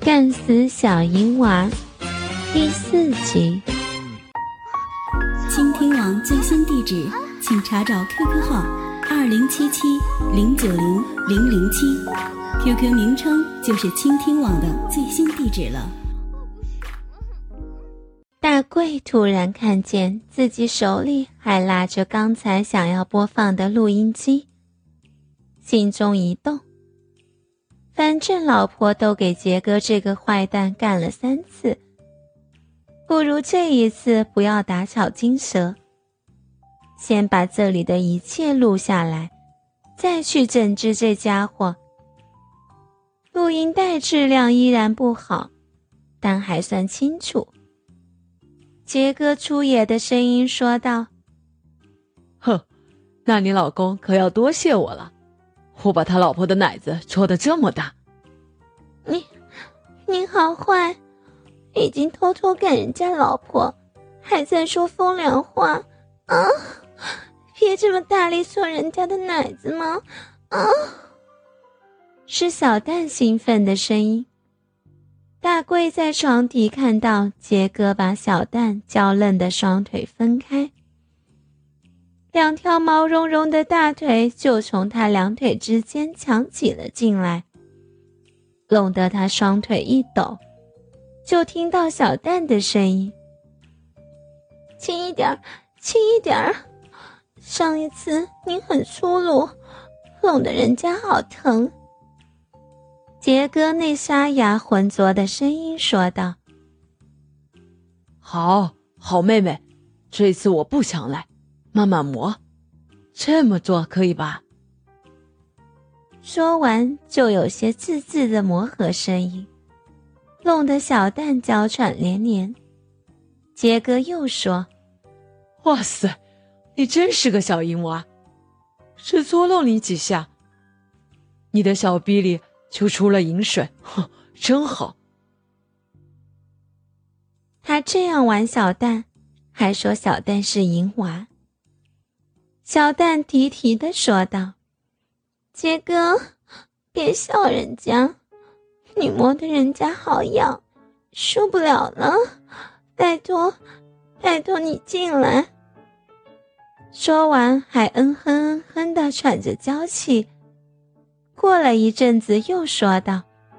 干死小银娃第4集。 倾听网最新地址，请查找 QQ 号2077-090-007，QQ 名称就是倾听网的最新地址了。 大贵突然看见自己手里还拉着刚才想要播放的录音机，心中一动，反正老婆都给杰哥这个坏蛋干了3次，不如这一次不要打草惊蛇，先把这里的一切录下来，再去整治这家伙。录音带质量依然不好，但还算清楚。杰哥粗野的声音说道： 哼，那你老公可要多谢我了，我把他老婆的奶子戳得这么大。 你好坏，已经偷偷干人家老婆，还在说风凉话啊！别这么大力戳人家的奶子吗？啊！是小蛋兴奋的声音。大贵在床底看到杰哥把小蛋娇嫩的双腿分开，2条毛茸茸的大腿就从他2腿之间抢挤了进来，弄得他双腿一抖，就听到小蛋的声音：轻一点，轻一点，上一次你很粗鲁，弄得人家好疼。杰哥那沙哑浑浊的声音说道： 好妹妹，这次我不强来，慢慢磨，这么做可以吧？ 说完就有些自制的磨合声音，弄得小蛋娇喘连连。杰哥又说： 哇塞，你真是个小淫娃，只搓弄你几下，你的小逼里就出了淫水，哼，真好。 他这样玩小蛋，还说小蛋是淫娃。小蛋提提地说道：杰哥，别笑人家，你摸得人家好痒，受不了了，拜托你进来。说完还嗯哼地喘着娇气，过了一阵子又说道：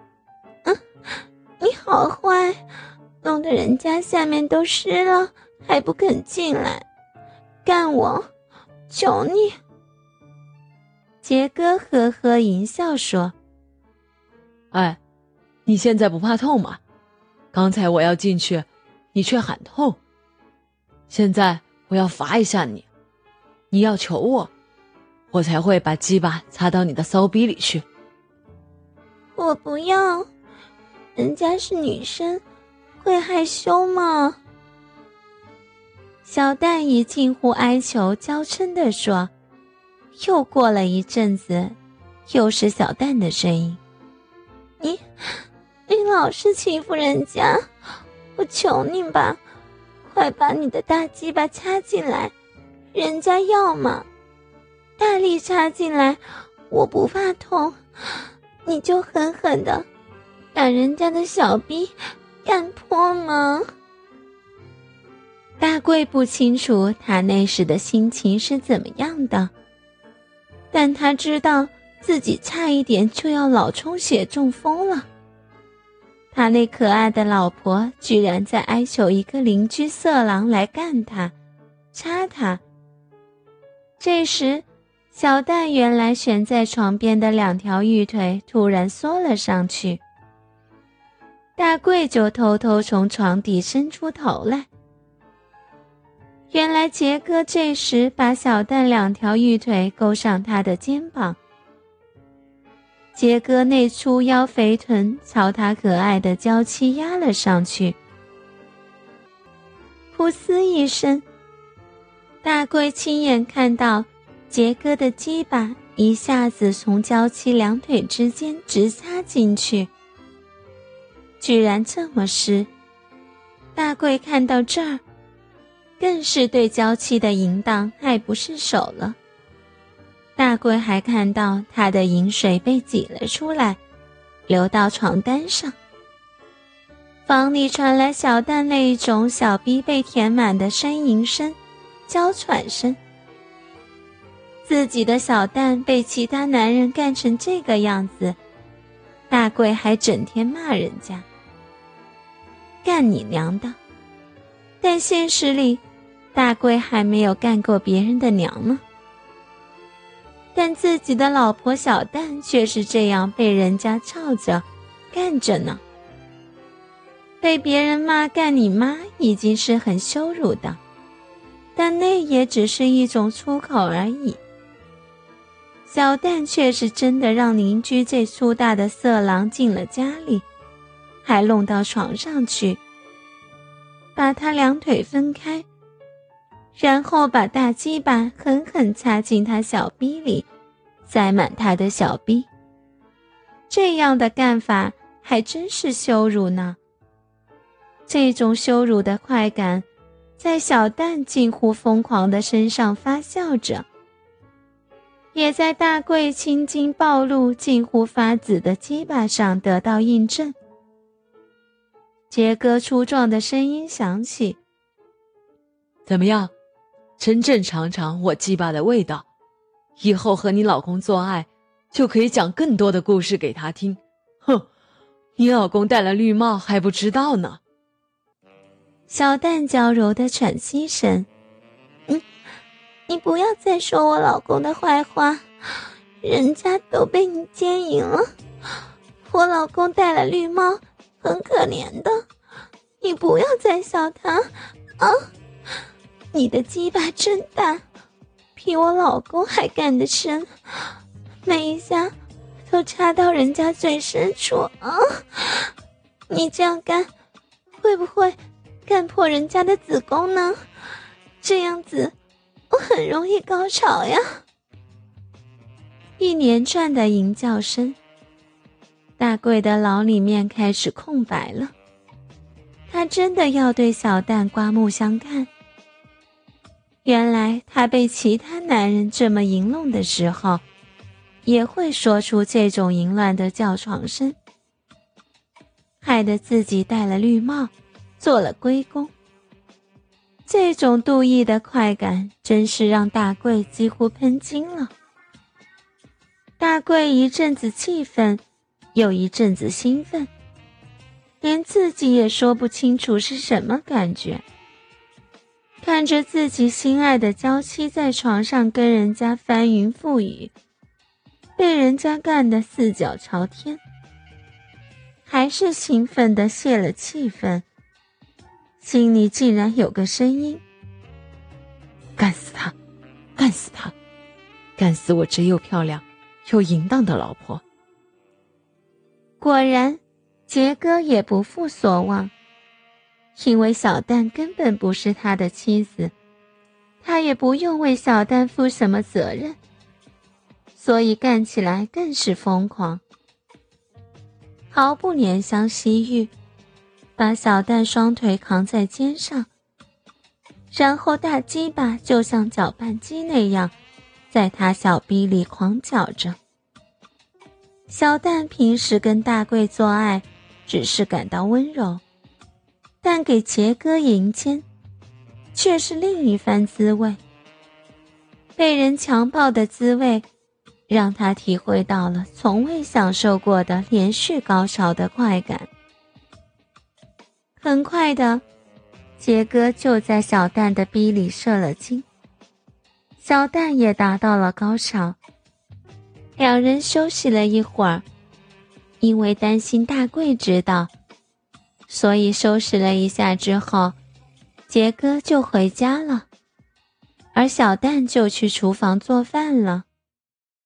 你好坏，弄得人家下面都湿了还不肯进来，干我，求你。杰哥呵呵淫笑说： 哎，你现在不怕痛吗？刚才我要进去，你却喊痛，现在我要罚一下你，你要求我，我才会把鸡巴插到你的骚逼里去。 我不要，人家是女生，会害羞吗？小蛋以近乎哀求娇嗔地说。又过了一阵子，又是小蛋的声音：你老是欺负人家，我求你吧，快把你的大鸡巴插进来，人家要嘛，大力插进来，我不怕痛，你就狠狠的把人家的小逼干破吗？大贵不清楚他那时的心情是怎么样的，但他知道自己差一点就要脑充血中风了。他那可爱的老婆居然在哀求一个邻居色狼来干他，插他。这时小蛋原来悬在床边的2条玉腿突然缩了上去，大贵就偷偷从床底伸出头来。原来杰哥这时把小蛋2条玉腿勾上他的肩膀，杰哥那粗腰肥臀朝他可爱的娇妻压了上去。噗嘶一声，大贵亲眼看到杰哥的鸡巴一下子从娇妻2腿之间直插进去，居然这么湿。大贵看到这儿，更是对娇妻的淫荡爱不释手了。大贵还看到他的淫水被挤了出来，流到床单上， 房里传来小蛋那一种小逼被填满的呻吟声、娇喘声。自己的小蛋被其他男人干成这个样子，大贵还整天骂人家，干你娘的！但现实里，大贵还没有干过别人的娘呢。但自己的老婆小蛋却是这样被人家操着干着呢。被别人骂干你妈已经是很羞辱的，但那也只是一种粗口而已。小蛋却是真的让邻居这粗大的色狼进了家里，还弄到床上去，把他两腿分开，然后把大鸡巴狠狠插进他小逼里，塞满他的小逼。这样的干法还真是羞辱呢。这种羞辱的快感在小蛋近乎疯狂的身上发酵着，也在大贵青筋暴露近乎发紫的鸡巴上得到印证。杰哥粗壮的声音响起： 怎么样，真正尝尝我鸡巴的味道，以后和你老公做爱就可以讲更多的故事给他听。哼，你老公戴了绿帽还不知道呢。 小蛋娇柔的喘息声：你不要再说我老公的坏话，人家都被你奸淫了。我老公戴了绿帽，很可怜的，你不要再笑他啊！你的鸡巴真大，比我老公还干得深，每一下都插到人家最深处啊！你这样干，会不会干破人家的子宫呢？这样子我很容易高潮呀。一连串的淫叫声，大贵的脑里面开始空白了。他真的要对小蛋刮目相看。原来他被其他男人这么淫弄的时候，也会说出这种淫乱的叫床声，害得自己戴了绿帽，做了龟公。这种妒意的快感真是让大贵几乎喷精了。大贵一阵子气愤，又一阵子兴奋，连自己也说不清楚是什么感觉。看着自己心爱的娇妻在床上跟人家翻云覆雨，被人家干得四脚朝天，还是兴奋地泄了气氛，心里竟然有个声音：干死他，干死他，干死我这又漂亮又淫荡的老婆。果然，杰哥也不负所望，因为小蛋根本不是他的妻子，他也不用为小蛋负什么责任，所以干起来更是疯狂，毫不怜香惜玉，把小蛋双腿扛在肩上，然后大鸡巴就像搅拌机那样在他小逼里狂搅着。小蛋平时跟大贵做爱只是感到温柔，但给杰哥迎奸却是另一番滋味。被人强暴的滋味让他体会到了从未享受过的连续高潮的快感。很快的，杰哥就在小蛋的逼里射了精，小蛋也达到了高潮。两人休息了一会儿，因为担心大贵知道，所以收拾了一下之后，杰哥就回家了，而小蛋就去厨房做饭了。